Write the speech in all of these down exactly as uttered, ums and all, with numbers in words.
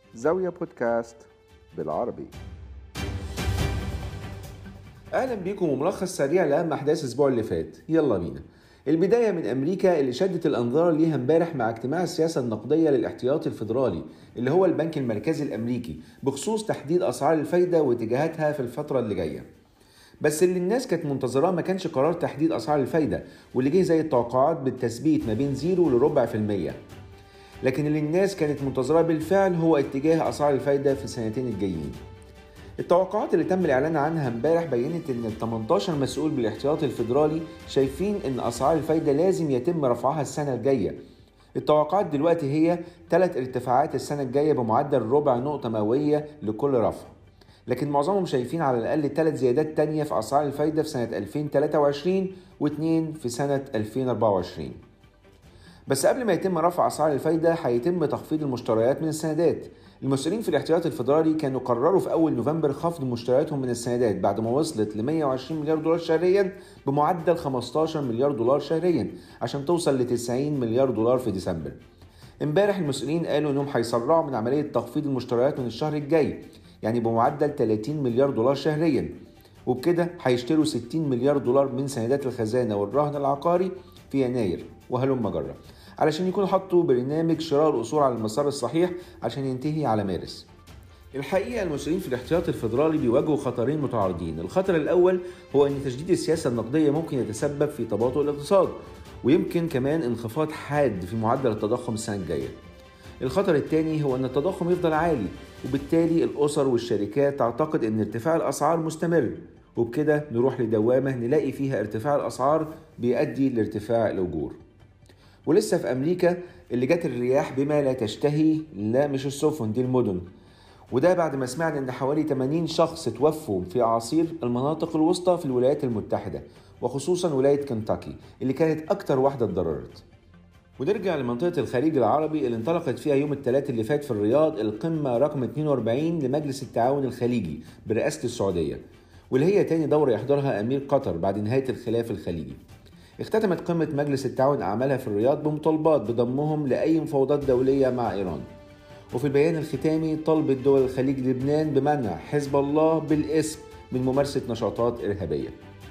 زاوية بودكاست بالعربي. اهلا بيكم وملخص سريع لاهم احداث الاسبوع اللي فات. يلا بينا. البدايه من امريكا اللي شدت الانظار ليها امبارح مع اجتماع السياسه النقديه للاحتياطي الفيدرالي اللي هو البنك المركزي الامريكي بخصوص تحديد اسعار الفايده واتجاهاتها في الفتره اللي جايه. بس اللي الناس كانت منتظراه ما كانش قرار تحديد اسعار الفايده واللي جه زي التوقعات بالتثبيت ما بين زيرو لربع في المية، لكن اللي الناس كانت منتظراه بالفعل هو اتجاه اسعار الفايده في السنتين الجايين. التوقعات اللي تم الإعلان عنها امبارح بينت إن ال تمنتاشر مسؤول بالاحتياطي الفيدرالي شايفين إن أسعار الفايدة لازم يتم رفعها السنة الجاية. التوقعات دلوقتي هي ثلاث ارتفاعات السنة الجاية بمعدل ربع نقطة مئوية لكل رفع، لكن معظمهم شايفين على الأقل ثلاث زيادات تانية في أسعار الفايدة في سنة ألفين وثلاثة وعشرين واثنين في سنة ألفين وأربعة وعشرين. بس قبل ما يتم رفع أسعار الفايدة هيتم تخفيض المشتريات من السندات. المسؤولين في الاحتياطي الفيدرالي كانوا قرروا في أول نوفمبر خفض مشترياتهم من السندات بعد ما وصلت ل مئة وعشرين مليار دولار شهريا بمعدل خمستاشر مليار دولار شهريا عشان توصل ل تسعين مليار دولار في ديسمبر. امبارح المسؤولين قالوا انهم هيسرعوا من عملية تخفيض المشتريات من الشهر الجاي، يعني بمعدل ثلاثين مليار دولار شهريا، وبكده هيشتروا ستين مليار دولار من سندات الخزانة والرهن العقاري في يناير وهلم جرة، علشان يكونوا حطوا برنامج شراء الأصول على المسار الصحيح عشان ينتهي على مارس. الحقيقة المسؤولين في الاحتياطي الفيدرالي بيواجهوا خطرين متعارضين. الخطر الأول هو أن تشديد السياسة النقدية ممكن يتسبب في تباطؤ الاقتصاد ويمكن كمان انخفاض حاد في معدل التضخم السنة الجاية. الخطر الثاني هو أن التضخم يفضل عالي وبالتالي الأسر والشركات تعتقد أن ارتفاع الأسعار مستمر، وبكده نروح لدوامة نلاقي فيها ارتفاع الأسعار بيؤدي لارتفاع الأجور. ولسه في أمريكا اللي جت الرياح بما لا تشتهي، لا مش السفن دي المدن، وده بعد ما سمعنا ان حوالي ثمانين شخص توفوا في اعاصير المناطق الوسطى في الولايات المتحدة، وخصوصا ولاية كنتاكي اللي كانت اكتر واحدة اتضررت. ونرجع لمنطقة الخليج العربي اللي انطلقت فيها يوم الثلاث اللي فات في الرياض القمة رقم اثنين وأربعين لمجلس التعاون الخليجي برئاسة السعودية، واللي هي تاني دورة يحضرها أمير قطر بعد نهاية الخلاف الخليجي. اختتمت قمة مجلس التعاون أعمالها في الرياض بمطالبات بضمهم لأي مفاوضات دولية مع إيران، وفي البيان الختامي طلبت دول الخليج لبنان بمنع حزب الله بالاسم من ممارسة نشاطات إرهابية.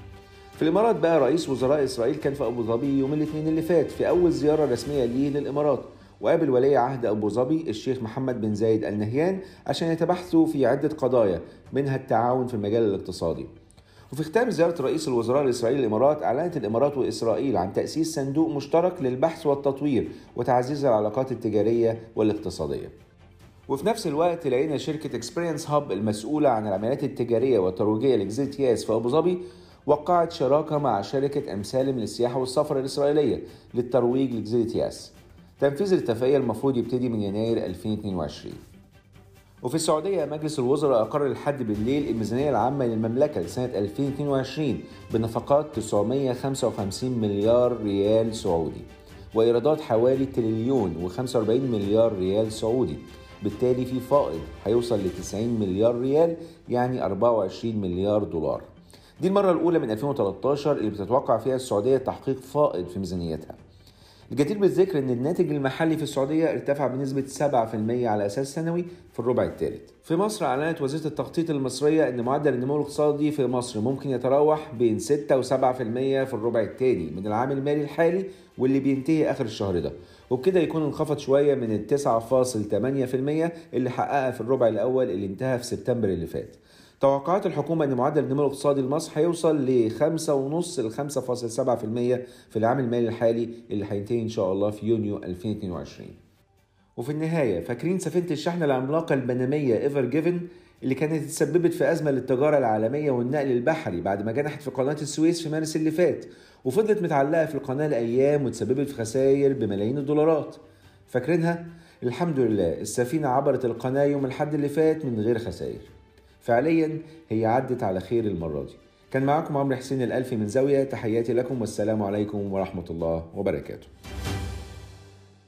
في الإمارات بقى رئيس وزراء إسرائيل كان في أبو ظبي يوم الاثنين اللي فات في أول زيارة رسمية ليه للإمارات، وقابل ولي عهد أبو ظبي الشيخ محمد بن زايد آل نهيان عشان يتبحثوا في عدة قضايا منها التعاون في المجال الاقتصادي. وفي ختام زيارة رئيس الوزراء الإسرائيلي الإمارات أعلنت الإمارات وإسرائيل عن تأسيس صندوق مشترك للبحث والتطوير وتعزيز العلاقات التجارية والاقتصادية. وفي نفس الوقت لقينا شركة اكسبيرينس هاب المسؤولة عن العمليات التجارية والترويجية لجزيرة ياس في أبو ظبي وقعت شراكة مع شركة أم سالم للسياحة والسفر الإسرائيلية للترويج لجزيرة ياس. تنفيذ الاتفاقية المفروض يبتدي من يناير ألفين واثنين وعشرين. وفي السعودية مجلس الوزراء أقر الحد بالليل الميزانية العامة للمملكة لسنة ألفين واثنين وعشرين بنفقات تسعمئة وخمسة وخمسين مليار ريال سعودي وإيرادات حوالي تريليون وخمسة وأربعين مليار ريال سعودي، بالتالي في فائض هيوصل ل تسعين مليار ريال يعني أربعة وعشرين مليار دولار. دي المرة الأولى من ألفين وثلاثة عشر اللي بتتوقع فيها السعودية تحقيق فائض في ميزانيتها. الجدير بالذكر ان الناتج المحلي في السعودية ارتفع بنسبة سبعة في المئة على اساس سنوي في الربع الثالث. في مصر اعلنت وزارة التخطيط المصرية ان معدل النمو الاقتصادي في مصر ممكن يتراوح بين ستة وسبعة في المئة في الربع الثاني من العام المالي الحالي واللي بينتهي اخر الشهر ده، وبكده يكون انخفض شوية من ال تسعة فاصلة ثمانية في المئة اللي حققها في الربع الاول اللي انتهى في سبتمبر اللي فات. توقعات الحكومة أن معدل النمو الاقتصادي لمصر هيوصل ل خمسة فاصلة خمسة ل خمسة فاصلة سبعة في المئة في العام المالي الحالي اللي هينتهي إن شاء الله في يونيو ألفين واثنين وعشرين. وفي النهاية فاكرين سفينة الشحن العملاقة البنمية ايفر جيفن اللي كانت تسببت في أزمة للتجارة العالمية والنقل البحري بعد ما جنحت في قناة السويس في مارس اللي فات وفضلت متعلقة في القناة لأيام وتسببت في خسائر بملايين الدولارات؟ فاكرينها؟ الحمد لله السفينة عبرت القناة يوم الأحد اللي فات من غير خسائر. فعليا هي عدت على خير المرة دي. كان معكم عمرو حسين الألفي من زاوية. تحياتي لكم والسلام عليكم ورحمة الله وبركاته.